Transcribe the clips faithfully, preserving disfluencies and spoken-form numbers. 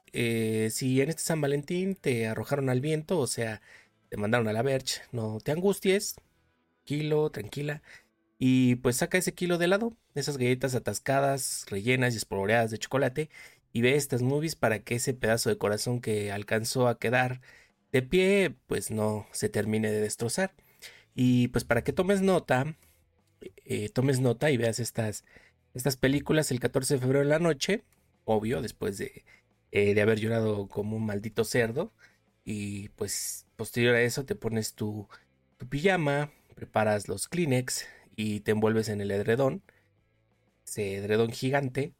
eh, si en este San Valentín te arrojaron al viento, o sea, te mandaron a la verge, no te angusties, tranquilo, tranquila, y pues saca ese kilo de helado, esas galletas atascadas, rellenas y espolvoreadas de chocolate, y ve estas movies para que ese pedazo de corazón que alcanzó a quedar de pie, pues no se termine de destrozar. Y pues para que tomes nota, eh, tomes nota y veas estas, estas películas el catorce de febrero en la noche, obvio, después de, eh, de haber llorado como un maldito cerdo. Y pues posterior a eso te pones tu, tu pijama, preparas los Kleenex y te envuelves en el edredón, ese edredón gigante,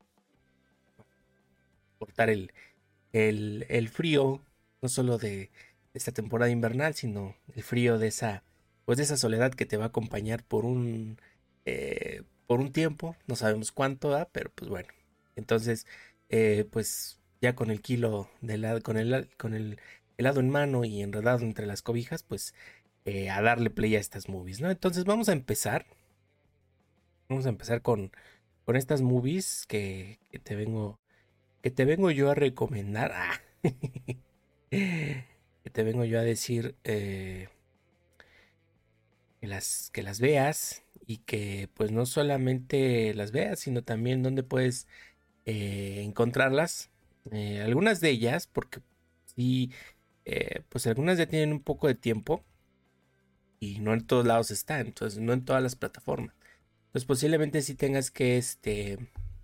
cortar el, el, el frío, no solo de esta temporada invernal, sino el frío de esa, pues de esa soledad que te va a acompañar por un, eh, por un tiempo, no sabemos cuánto da, pero pues bueno. Entonces, eh, pues ya con el kilo de helado, con el, con el helado en mano y enredado entre las cobijas, pues eh, a darle play a estas movies, ¿no? Entonces vamos a empezar, vamos a empezar con, con estas movies que, que te vengo, que te vengo yo a recomendar. Ah. Que te vengo yo a decir eh, que las, que las veas y que pues no solamente las veas, sino también dónde puedes eh, encontrarlas. Eh, algunas de ellas, porque sí, eh, pues algunas ya tienen un poco de tiempo y no en todos lados está, entonces no en todas las plataformas. Entonces posiblemente sí tengas que, este,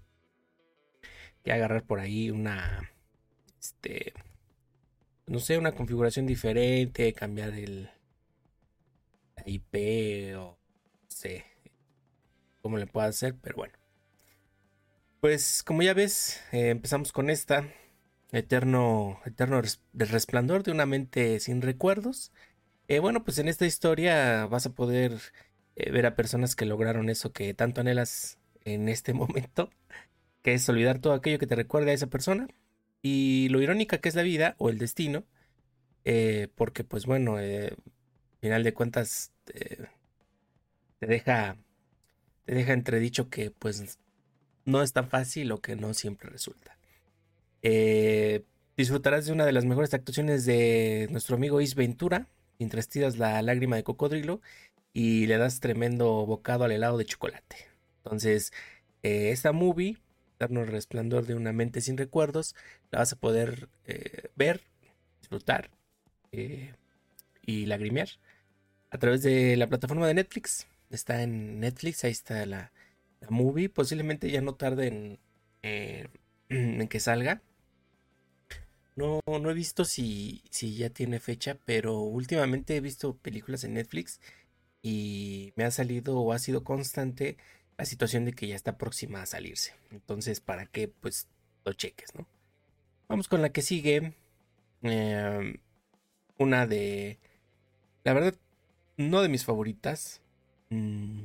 que agarrar por ahí una, este, no sé, una configuración diferente, cambiar el, la I P o no sé cómo le puedo hacer, pero bueno. Pues como ya ves, eh, empezamos con esta, Eterno, Eterno res- Resplandor de una mente sin recuerdos. Eh, bueno, pues en esta historia vas a poder eh, ver a personas que lograron eso que tanto anhelas en este momento, que es olvidar todo aquello que te recuerde a esa persona. Y lo irónica que es la vida o el destino, eh, porque pues bueno, eh, al final de cuentas eh, te deja, te deja entredicho que pues no es tan fácil o que no siempre resulta. Eh, Disfrutarás de una de las mejores actuaciones de nuestro amigo Is Ventura, mientras tiras la lágrima de cocodrilo y le das tremendo bocado al helado de chocolate. Entonces, eh, esta movie, Darnos Resplandor de una mente sin recuerdos, la vas a poder eh, ver, disfrutar eh, y lagrimear a través de la plataforma de Netflix. Está en Netflix, ahí está la, la movie. Posiblemente ya no tarde en, eh, en que salga. No, no he visto si, si ya tiene fecha, pero últimamente he visto películas en Netflix y me ha salido o ha sido constante la situación de que ya está próxima a salirse. Entonces, para que pues lo cheques, ¿no? Vamos con la que sigue. em, una de, la verdad, no de mis favoritas. Mm,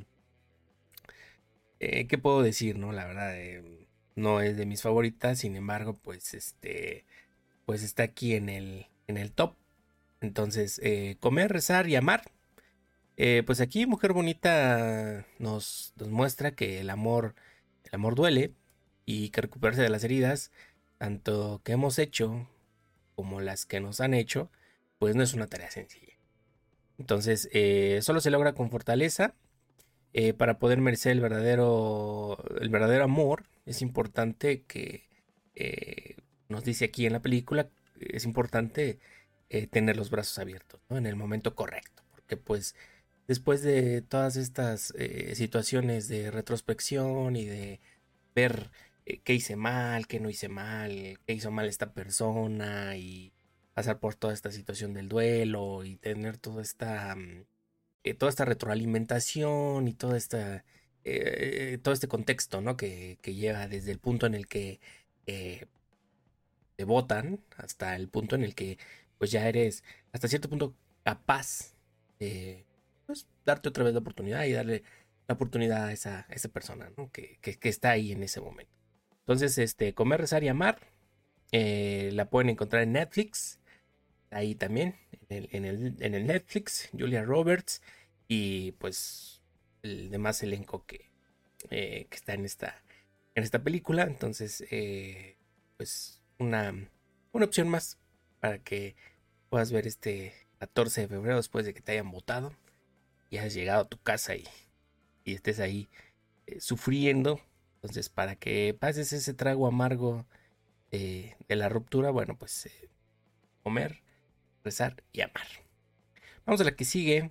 eh, ¿qué puedo decir, no? La verdad, eh, no es de mis favoritas. Sin embargo, pues este, pues está aquí en el, en el top. Entonces, eh, comer, rezar y amar. Eh, pues aquí Mujer Bonita nos, nos muestra que el amor, el amor duele y que recuperarse de las heridas, tanto que hemos hecho como las que nos han hecho, pues no es una tarea sencilla. Entonces, eh, solo se logra con fortaleza. Eh, para poder merecer el verdadero, el verdadero amor, es importante que, eh, nos dice aquí en la película, es importante eh, tener los brazos abiertos, ¿no? En el momento correcto, porque pues después de todas estas eh, situaciones de retrospección y de ver eh, qué hice mal, qué no hice mal, qué hizo mal esta persona y pasar por toda esta situación del duelo y tener toda esta, mm, eh, toda esta retroalimentación y toda esta, eh, todo este contexto, ¿no? Que, que lleva desde el punto en el que eh, te votan hasta el punto en el que pues ya eres hasta cierto punto capaz de pues, darte otra vez la oportunidad y darle la oportunidad a esa, a esa persona, ¿no? Que, que, que está ahí en ese momento. Entonces, este, Comer, Rezar y Amar, eh, la pueden encontrar en Netflix, ahí también, en el, en el, en el Netflix, Julia Roberts y pues el demás elenco que, eh, que está en esta, en esta película. Entonces, eh, pues una una opción más para que puedas ver este catorce de febrero después de que te hayan votado y has llegado a tu casa y, y estés ahí eh, sufriendo. Entonces, para que pases ese trago amargo eh, de la ruptura, bueno, pues eh, comer, rezar y amar. Vamos a la que sigue.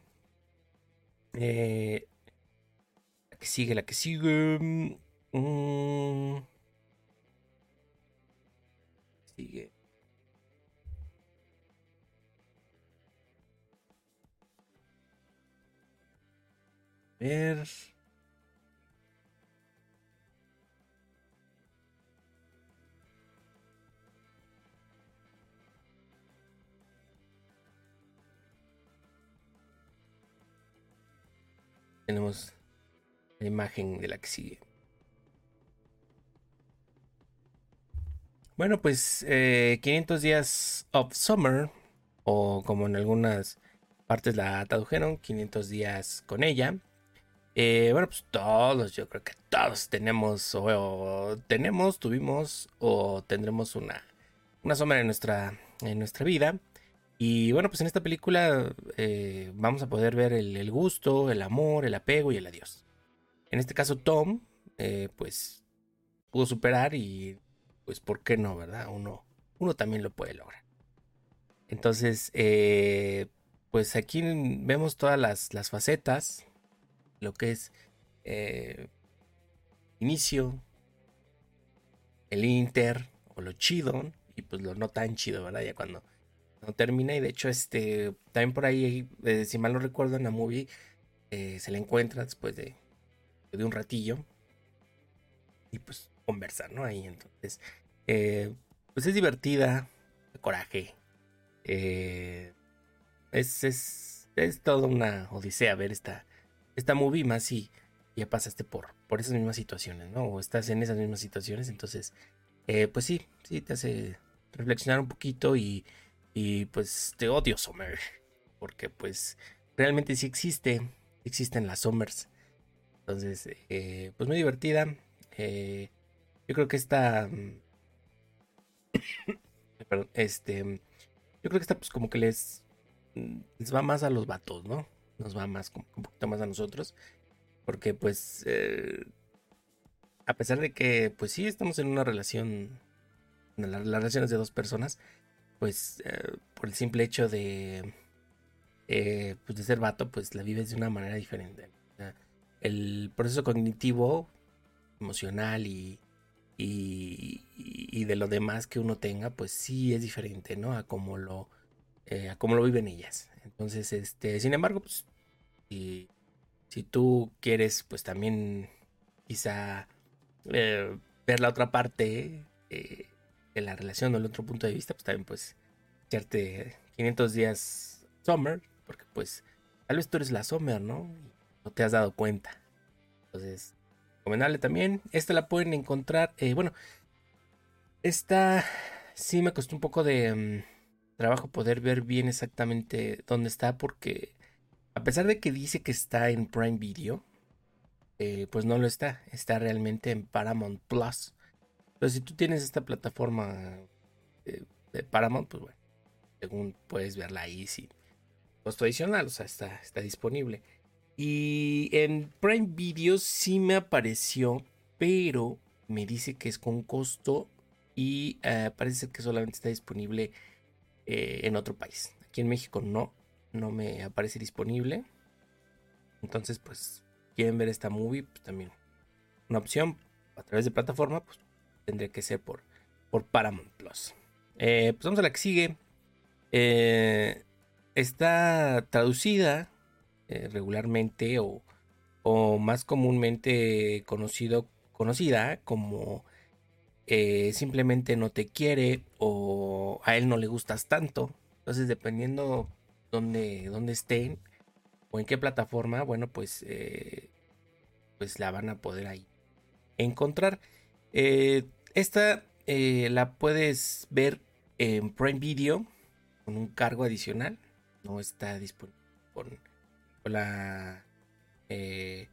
Eh, la que sigue, la que sigue. Mm, sigue. A ver. Tenemos la imagen de la que sigue. Bueno, pues eh, quinientos días of summer, o como en algunas partes la tradujeron, quinientos días con ella. Eh, bueno, pues todos, yo creo que todos tenemos, o, o tenemos, tuvimos, o tendremos una, una sombra en nuestra, en nuestra vida. Y bueno, pues en esta película eh, vamos a poder ver el, el gusto, el amor, el apego y el adiós. En este caso, Tom, eh, pues pudo superar y pues, ¿por qué no, verdad? Uno, uno también lo puede lograr. Entonces, eh, pues aquí vemos todas las, las facetas, lo que es eh, inicio, el inter o lo chido y pues lo no tan chido, ¿verdad? Ya cuando no termina y de hecho este también por ahí, eh, si mal no recuerdo en la movie, eh, se le encuentra después de, de un ratillo y pues conversar, ¿no? Ahí entonces, eh, pues es divertida, de coraje, eh, es, es, es toda una odisea ver esta, esta movie más si ya pasaste por, por esas mismas situaciones, ¿no? O estás en esas mismas situaciones, entonces, eh, pues sí, sí, te hace reflexionar un poquito y, y pues te odio Summer, porque pues realmente sí existe, existen las Summers, entonces, eh, pues muy divertida, eh, yo creo que esta, mm, perdón, este, yo creo que esta pues como que les, mm, les va más a los vatos, ¿no? Nos va más, como un poquito más a nosotros, porque pues eh, a pesar de que pues sí estamos en una relación, en las relaciones de dos personas, pues eh, por el simple hecho de, eh, pues, de ser vato, pues la vives de una manera diferente. O sea, el proceso cognitivo, emocional y, y, y de lo demás que uno tenga, pues sí es diferente, ¿no? A cómo lo, eh, a cómo lo viven ellas. Entonces, este, sin embargo, pues si, si tú quieres, pues también quizá eh, ver la otra parte eh, de la relación o el otro punto de vista, pues también pues echarte quinientos días Summer, porque pues tal vez tú eres la Summer, ¿no? Y no te has dado cuenta. Entonces, recomendable también. Esta la pueden encontrar, eh, bueno, esta sí me costó un poco de um, trabajo poder ver bien exactamente dónde está, porque a pesar de que dice que está en Prime Video, eh, pues no lo está, está realmente en Paramount Plus. Entonces, si tú tienes esta plataforma de, de Paramount, pues bueno, según puedes verla ahí sin costo adicional, o sea, está, está disponible. Y en Prime Video sí me apareció, pero me dice que es con costo y eh, parece que solamente está disponible eh, en otro país. Aquí en México no, no me aparece disponible. Entonces, pues, quieren ver esta movie, pues también una opción a través de plataforma, pues tendría que ser por, por Paramount Plus. Eh, pues vamos a la que sigue. Eh, está traducida eh, regularmente o, o, más comúnmente conocido, conocida como eh, simplemente no te quiere o a él no le gustas tanto. Entonces, dependiendo dónde, dónde estén o en qué plataforma, bueno, pues, eh, pues la van a poder ahí encontrar. Eh, esta eh, la puedes ver en Prime Video con un cargo adicional. No está disponible con, con la... eh,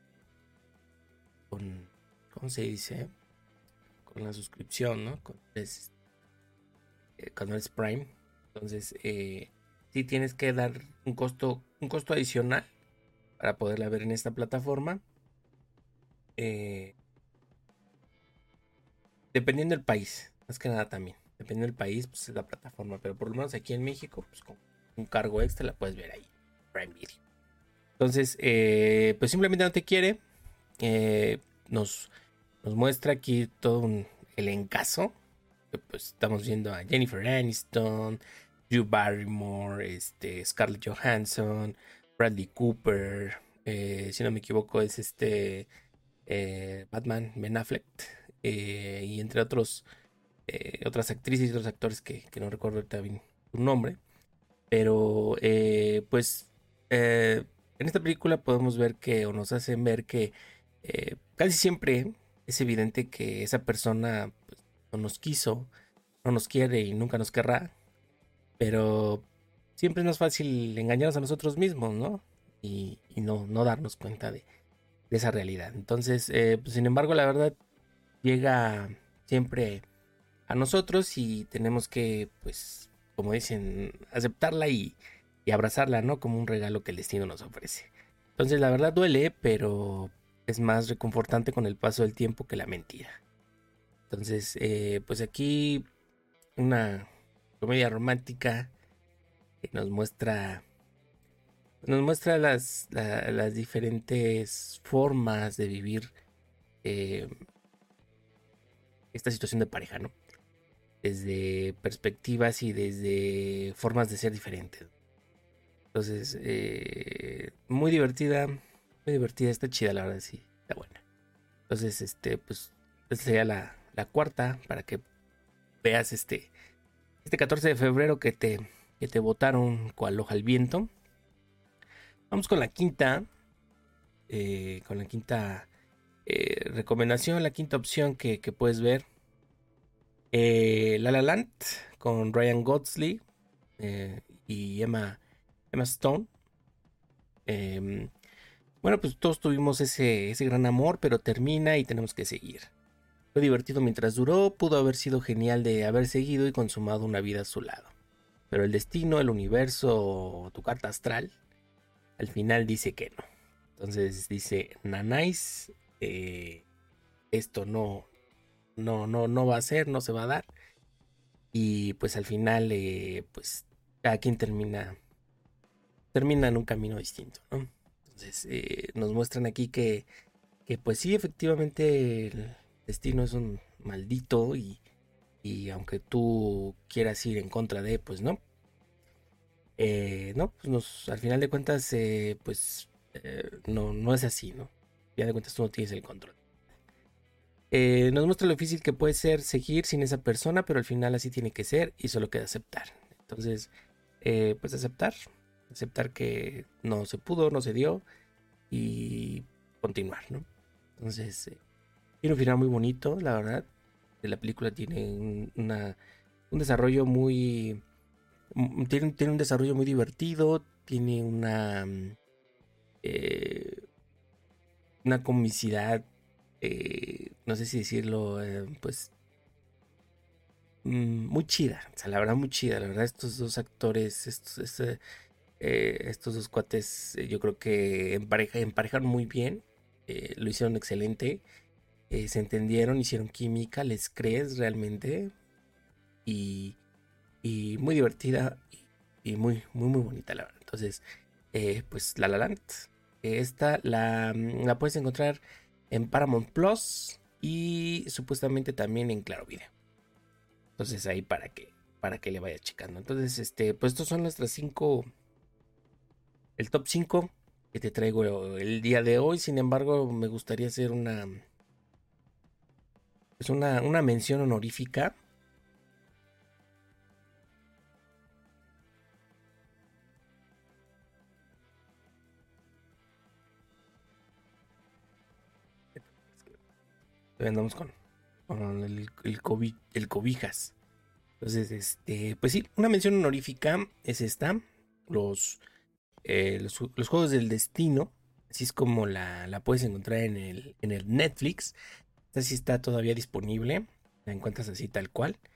con, ¿cómo se dice? Con la suscripción, ¿no? Con, es, cuando es Prime. Entonces, eh, sí tienes que dar un costo, un costo adicional para poderla ver en esta plataforma. Eh, dependiendo del país, más que nada también. Dependiendo del país, pues es la plataforma. Pero por lo menos aquí en México, pues con un cargo extra la puedes ver ahí. Prime Video. Entonces, eh, pues simplemente no te quiere. Eh, nos, nos muestra aquí todo un elencazo. Pues estamos viendo a Jennifer Aniston, Drew Barrymore, este, Scarlett Johansson, Bradley Cooper, eh, si no me equivoco es este eh, Batman, Ben Affleck, eh, y entre otros eh, otras actrices y otros actores que, que no recuerdo ahorita bien su nombre, pero eh, pues eh, en esta película podemos ver que, o nos hacen ver que eh, casi siempre es evidente que esa persona pues, no nos quiso, no nos quiere y nunca nos querrá, pero siempre es más fácil engañarnos a nosotros mismos, ¿no? Y, y no, no darnos cuenta de, de esa realidad. Entonces, eh, pues, sin embargo, la verdad llega siempre a nosotros y tenemos que, pues, como dicen, aceptarla y, y abrazarla, ¿no? Como un regalo que el destino nos ofrece. Entonces, la verdad duele, pero es más reconfortante con el paso del tiempo que la mentira. Entonces, eh, pues aquí una comedia romántica que nos muestra nos muestra las, la- las diferentes formas de vivir eh, esta situación de pareja, ¿no? Desde perspectivas y desde formas de ser diferentes. Entonces, eh, muy divertida, muy divertida, está chida, la verdad, sí, está buena. Entonces, este, pues, esta sería la, la cuarta para que veas este, este catorce de febrero que te, que te botaron cual hoja al viento. Vamos con la quinta, eh, con la quinta eh, recomendación, la quinta opción que, que puedes ver. Eh, La La Land con Ryan Gosling eh, y Emma, Emma Stone. Eh, bueno, pues todos tuvimos ese, ese gran amor, pero termina y tenemos que seguir. Fue divertido mientras duró, pudo haber sido genial de haber seguido y consumado una vida a su lado. Pero el destino, el universo, tu carta astral, al final dice que no. Entonces dice, Nanais, eh, esto no, no, no, no va a ser, no se va a dar. Y pues al final, eh, pues cada quien termina, termina en un camino distinto, ¿no? Entonces eh, nos muestran aquí que, que pues sí, efectivamente el destino es un maldito y, y aunque tú quieras ir en contra de, pues no. Eh, no, pues nos, al final de cuentas, eh, pues eh, no, no es así, ¿no? Al final de cuentas tú no tienes el control. Eh, nos muestra lo difícil que puede ser seguir sin esa persona, pero al final así tiene que ser y solo queda aceptar. Entonces, eh, pues aceptar, aceptar que no se pudo, no se dio y continuar, ¿no? Entonces, eh, tiene un final muy bonito, la verdad. La película tiene un, una, un desarrollo muy... mm, Tiene, tiene un desarrollo muy divertido, tiene una... mm, eh, una comicidad, eh, no sé si decirlo, eh, pues mm, muy chida, o sea, la verdad muy chida, la verdad estos dos actores, estos, este, eh, estos dos cuates, eh, yo creo que empareja, emparejaron muy bien, eh, lo hicieron excelente, eh, se entendieron, hicieron química, les crees realmente y, y muy divertida y, y muy, muy, muy bonita, la verdad. Entonces, eh, pues La La Land, eh, esta la, mm, la puedes encontrar en Paramount Plus y supuestamente también en Claro Video. Entonces ahí para que, para que le vaya checando. Entonces, este, pues estos son nuestras cinco, el top cinco que te traigo el día de hoy. Sin embargo, me gustaría hacer una, pues una, una mención honorífica. Andamos con, con el, el, COVID, el cobijas. Entonces, este, pues sí, una mención honorífica es esta. Los, eh, los, los juegos del destino. Así es como la, la puedes encontrar en el, en el Netflix. Esta sí está todavía disponible. La encuentras así tal cual.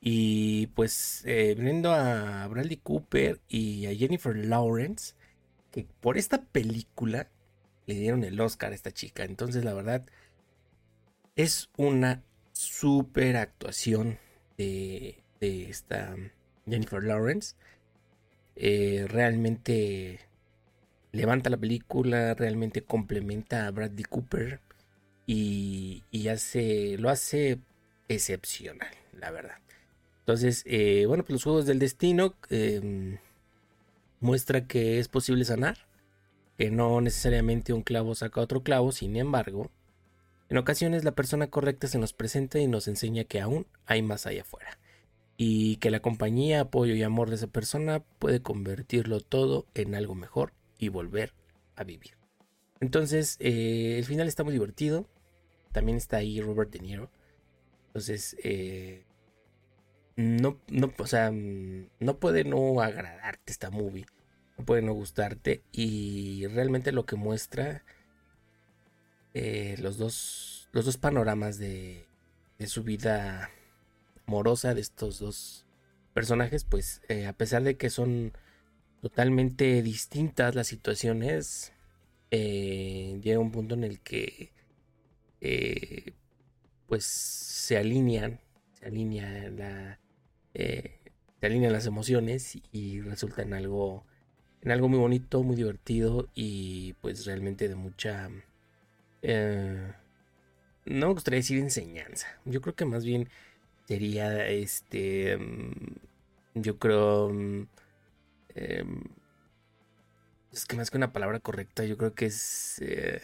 Y pues eh, viendo a Bradley Cooper y a Jennifer Lawrence, que por esta película le dieron el Oscar a esta chica. Entonces la verdad es una super actuación de, de esta Jennifer Lawrence. Eh, realmente levanta la película, realmente complementa a Bradley Cooper y, y hace, lo hace excepcional, la verdad. Entonces, eh, bueno, pues los juegos del destino eh, muestra que es posible sanar, que no necesariamente un clavo saca otro clavo, sin embargo, en ocasiones la persona correcta se nos presenta y nos enseña que aún hay más allá afuera. Y que la compañía, apoyo y amor de esa persona puede convertirlo todo en algo mejor y volver a vivir. Entonces, eh, el final está muy divertido. También está ahí Robert De Niro. Entonces, eh, no, no, o sea, no puede no agradarte esta movie. No puede no gustarte. Y realmente lo que muestra eh, los dos, los dos panoramas de, de su vida amorosa de estos dos personajes, pues eh, a pesar de que son totalmente distintas las situaciones, eh, llega un punto en el que eh, pues se alinean, se alinea la, eh, se alinean las emociones y resulta en algo, en algo muy bonito, muy divertido y pues realmente de mucha, eh, no me gustaría decir enseñanza, yo creo que más bien sería este, mm, yo creo, mm, em, es que más que una palabra correcta, yo creo que es, eh,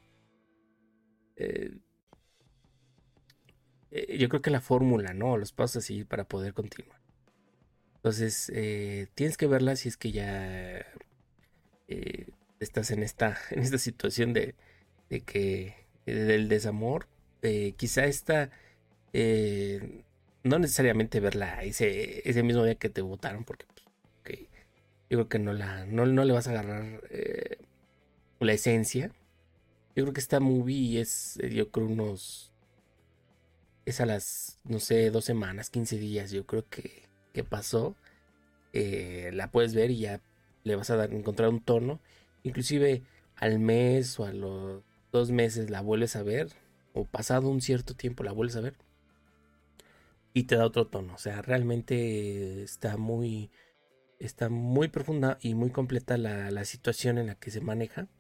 eh, eh, yo creo que la fórmula, ¿no? Los pasos a seguir para poder continuar. Entonces, eh, tienes que verla si es que ya eh, estás en esta, en esta situación de, de que, eh, del desamor. Eh, quizá esta, eh, no necesariamente verla ese, ese mismo día que te votaron, porque pues, okay, yo creo que no, la, no, no le vas a agarrar eh, la esencia. Yo creo que esta movie es, eh, yo creo, unos, es a las, no sé, dos semanas, quince días, yo creo que, que pasó. Eh, la puedes ver y ya le vas a dar, encontrar un tono. Inclusive al mes o a los dos meses la vuelves a ver, o pasado un cierto tiempo la vuelves a ver y te da otro tono. O sea, realmente está muy, está muy profunda y muy completa la, la situación en la que se maneja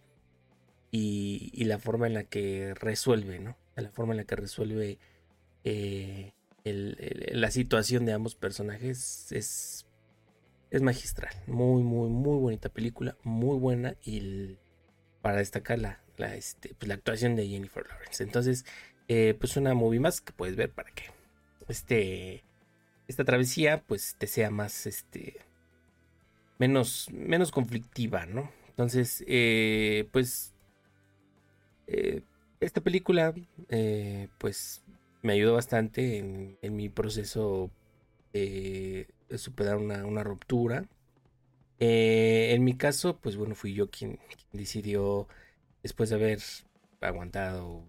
y, y la forma en la que resuelve, ¿no? La forma en la que resuelve eh, el- el- la situación de ambos personajes es, es magistral. Muy, muy, muy bonita película, muy buena y el- para destacar la, la, este, pues, la actuación de Jennifer Lawrence. Entonces, eh, pues una movie más que puedes ver para que este, esta travesía pues te sea más, este, menos, menos conflictiva, ¿no? Entonces, eh, pues eh, esta película, eh, pues me ayudó bastante en, en mi proceso de, de superar una, una ruptura. Eh, en mi caso, pues bueno, fui yo quien, quien decidió, después de haber aguantado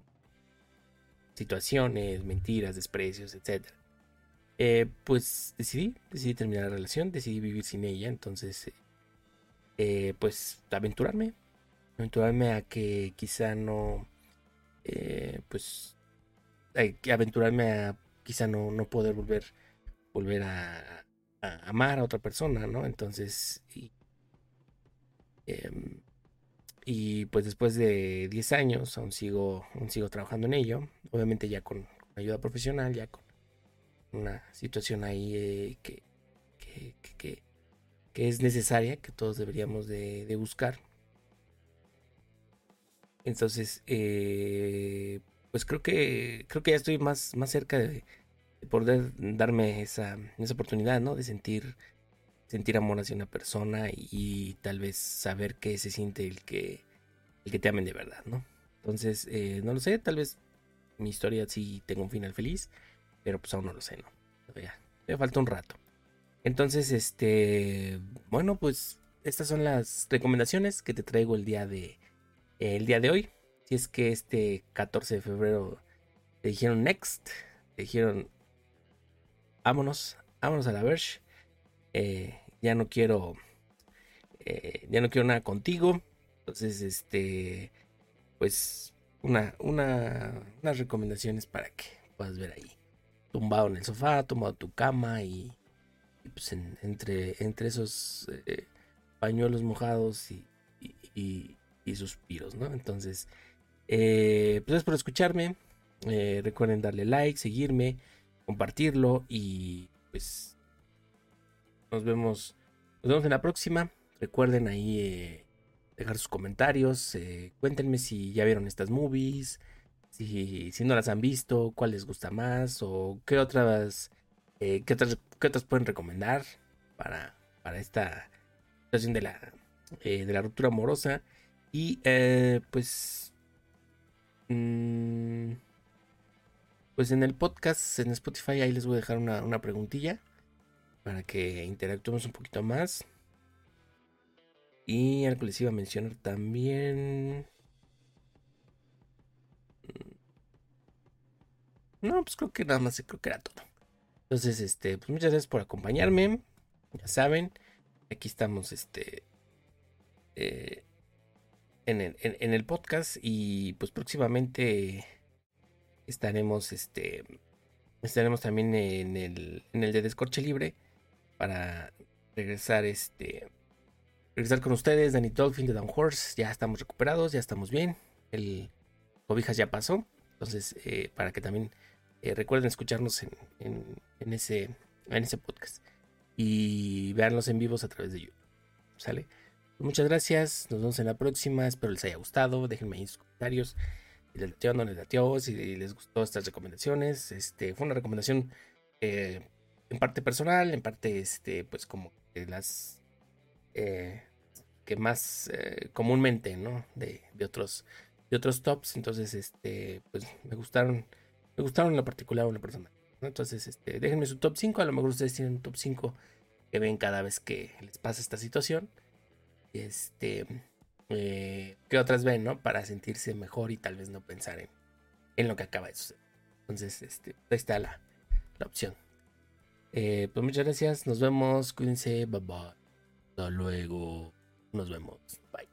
situaciones, mentiras, desprecios, etcétera. Eh, pues decidí, decidí terminar la relación, decidí vivir sin ella, entonces, eh, pues aventurarme, aventurarme a que quizá no, eh, pues, eh, aventurarme a quizá no, no poder volver, volver a, a amar a otra persona, ¿no? Entonces, y, em, y pues después de diez años aún sigo, aún sigo trabajando en ello, obviamente ya con, con ayuda profesional, ya con una situación ahí eh, que, que, que, que, que es necesaria, que todos deberíamos de, de buscar. Entonces, eh, pues creo que creo que ya estoy más, más cerca de, de poder darme esa, esa oportunidad, ¿no? De sentir, sentir amor hacia una persona y, y tal vez saber qué se siente el que, el que te amen de verdad, ¿no? Entonces, eh, no lo sé, tal vez mi historia sí tenga un final feliz, pero pues aún no lo sé, ¿no? Todavía, me falta un rato. Entonces, este, bueno, pues estas son las recomendaciones que te traigo el día de, el día de hoy. Si es que este catorce de febrero te dijeron next, te dijeron vámonos vámonos a la Verge. Eh, ya no quiero, eh, ya no quiero nada contigo. Entonces, este, pues, una, una, unas recomendaciones para que puedas ver ahí, tumbado en el sofá, tumbado en tu cama y, y pues en- entre, entre esos eh, pañuelos mojados y, y, y- y suspiros, ¿no? Entonces, eh, pues gracias por escucharme. Eh, recuerden darle like, seguirme, compartirlo y pues nos vemos, nos vemos en la próxima. Recuerden ahí eh, dejar sus comentarios. Eh, cuéntenme si ya vieron estas movies, si, si no las han visto, cuál les gusta más o qué otras, eh, qué otras, qué otras pueden recomendar para, para esta situación de la, eh, de la ruptura amorosa. Y eh, pues, mm, pues en el podcast, en Spotify, ahí les voy a dejar una, una preguntilla para que interactuemos un poquito más. Y algo les iba a mencionar también. No, pues creo que nada más, creo que era todo. Entonces, este, pues muchas gracias por acompañarme. Ya saben, aquí estamos, este, eh, en, el, en, en el podcast y pues próximamente estaremos, este, estaremos también en el, en el de Descorche Libre para regresar, este, regresar con ustedes. Danny Dolphin de Down Horse, ya estamos recuperados, ya estamos bien. El Cobijas ya pasó. Entonces, eh, para que también eh, recuerden escucharnos en, en, en, ese, en ese podcast. Y veanlos en vivos a través de YouTube. ¿Sale? Muchas gracias. Nos vemos en la próxima. Espero les haya gustado. Déjenme ahí sus comentarios. Si les latió o no les latió. Si les gustó estas recomendaciones. Este, fue una recomendación eh, en parte personal. En parte, este, pues como de las eh, que más eh, comúnmente, ¿no? De, de otros de otros tops. Entonces, este, pues me gustaron, me gustaron en lo particular una persona, ¿no? Entonces, este, déjenme su top cinco. A lo mejor ustedes tienen un top cinco que ven cada vez que les pasa esta situación. Este, eh, que otras ven, ¿no? Para sentirse mejor y tal vez no pensar en, en lo que acaba de suceder. Entonces, este, ahí está la, la opción. Eh, pues muchas gracias. Nos vemos. Cuídense. Bye bye. Hasta luego. Nos vemos. Bye.